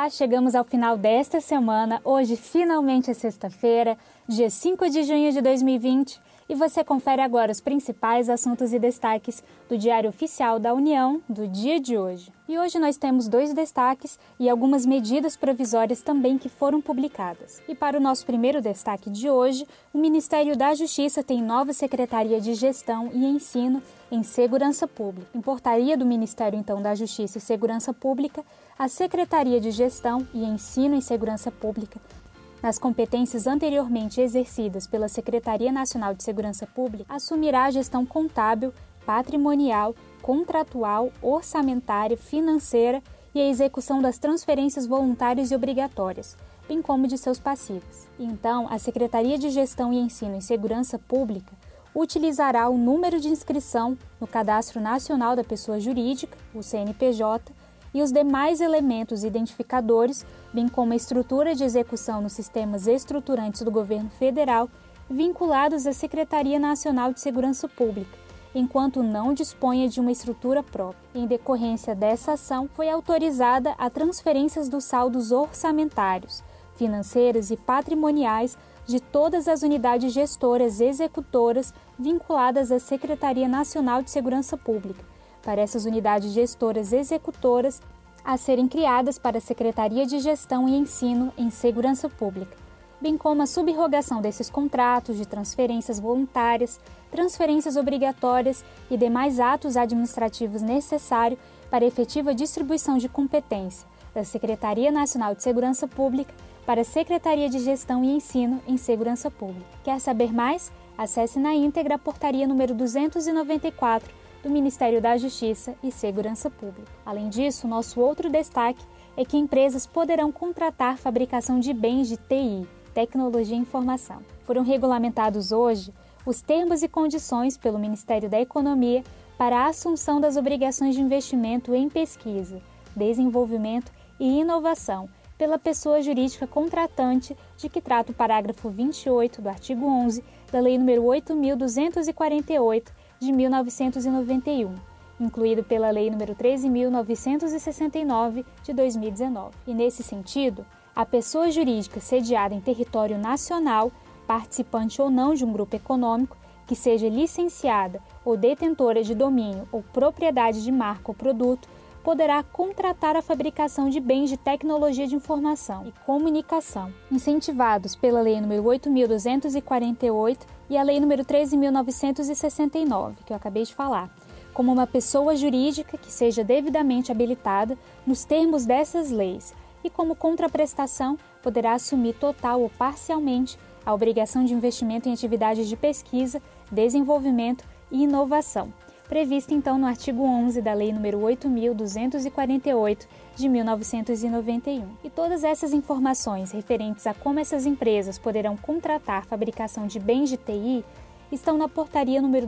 Olá, chegamos ao final desta semana. Hoje finalmente é sexta-feira, dia 5 de junho de 2020, e você confere agora os principais assuntos e destaques do Diário Oficial da União do dia de hoje. E hoje nós temos 2 destaques e algumas medidas provisórias também que foram publicadas. E para o nosso primeiro destaque de hoje, o Ministério da Justiça tem nova Secretaria de Gestão e Ensino em Segurança Pública. Em portaria do Ministério, então, da Justiça e Segurança Pública, a Secretaria de Gestão e Ensino em Segurança Pública, nas competências anteriormente exercidas pela Secretaria Nacional de Segurança Pública, assumirá a gestão contábil, patrimonial, contratual, orçamentária, financeira e a execução das transferências voluntárias e obrigatórias, bem como de seus passivos. Então, a Secretaria de Gestão e Ensino em Segurança Pública utilizará o número de inscrição no Cadastro Nacional da Pessoa Jurídica, o CNPJ, e os demais elementos identificadores, bem como a estrutura de execução nos sistemas estruturantes do governo federal, vinculados à Secretaria Nacional de Segurança Pública, enquanto não disponha de uma estrutura própria. Em decorrência dessa ação, foi autorizada a transferências dos saldos orçamentários, financeiros e patrimoniais de todas as unidades gestoras executoras vinculadas à Secretaria Nacional de Segurança Pública, para essas unidades gestoras executoras a serem criadas para a Secretaria de Gestão e Ensino em Segurança Pública, bem como a subrogação desses contratos de transferências voluntárias, transferências obrigatórias e demais atos administrativos necessários para a efetiva distribuição de competência da Secretaria Nacional de Segurança Pública para a Secretaria de Gestão e Ensino em Segurança Pública. Quer saber mais? Acesse na íntegra a portaria número 294 do Ministério da Justiça e Segurança Pública. Além disso, nosso outro destaque é que empresas poderão contratar fabricação de bens de TI, Tecnologia e Informação. Foram regulamentados hoje os termos e condições pelo Ministério da Economia para a assunção das obrigações de investimento em pesquisa, desenvolvimento e inovação pela pessoa jurídica contratante, de que trata o parágrafo 28 do artigo 11 da Lei nº 8.248, de 1991, incluído pela Lei nº 13.969, de 2019. E, nesse sentido, a pessoa jurídica sediada em território nacional, participante ou não de um grupo econômico, que seja licenciada ou detentora de domínio ou propriedade de marca ou produto, poderá contratar a fabricação de bens de tecnologia de informação e comunicação, incentivados pela Lei nº 8.248 e a Lei nº 13.969, que eu acabei de falar, como uma pessoa jurídica que seja devidamente habilitada nos termos dessas leis e, como contraprestação, poderá assumir total ou parcialmente a obrigação de investimento em atividades de pesquisa, desenvolvimento e inovação, prevista então no artigo 11 da Lei nº 8.248, de 1991. E todas essas informações referentes a como essas empresas poderão contratar fabricação de bens de TI estão na portaria número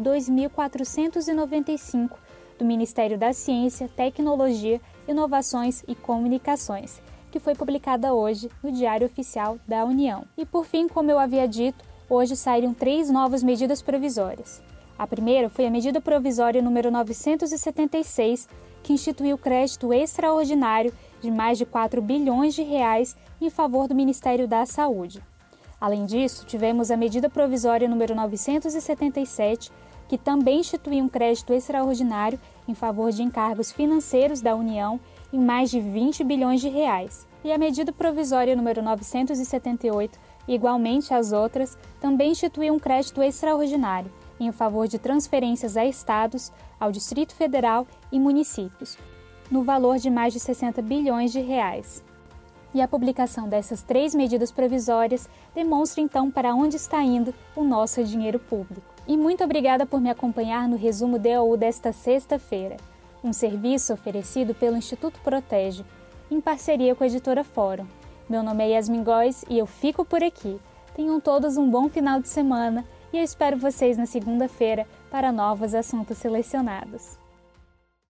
2.495 do Ministério da Ciência, Tecnologia, Inovações e Comunicações, que foi publicada hoje no Diário Oficial da União. E por fim, como eu havia dito, hoje saíram 3 novas medidas provisórias. A primeira foi a medida provisória número 976, que instituiu crédito extraordinário de mais de 4 bilhões de reais em favor do Ministério da Saúde. Além disso, tivemos a medida provisória número 977, que também instituiu um crédito extraordinário em favor de encargos financeiros da União em mais de 20 bilhões de reais. E a medida provisória número 978, igualmente as outras, também instituiu um crédito extraordinário em favor de transferências a estados, ao Distrito Federal e municípios, no valor de mais de 60 bilhões de reais. E a publicação dessas 3 medidas provisórias demonstra então para onde está indo o nosso dinheiro público. E muito obrigada por me acompanhar no resumo DOU desta sexta-feira, um serviço oferecido pelo Instituto Protege, em parceria com a Editora Fórum. Meu nome é Yasmin Góes e eu fico por aqui. Tenham todos um bom final de semana e eu espero vocês na segunda-feira para novos assuntos selecionados.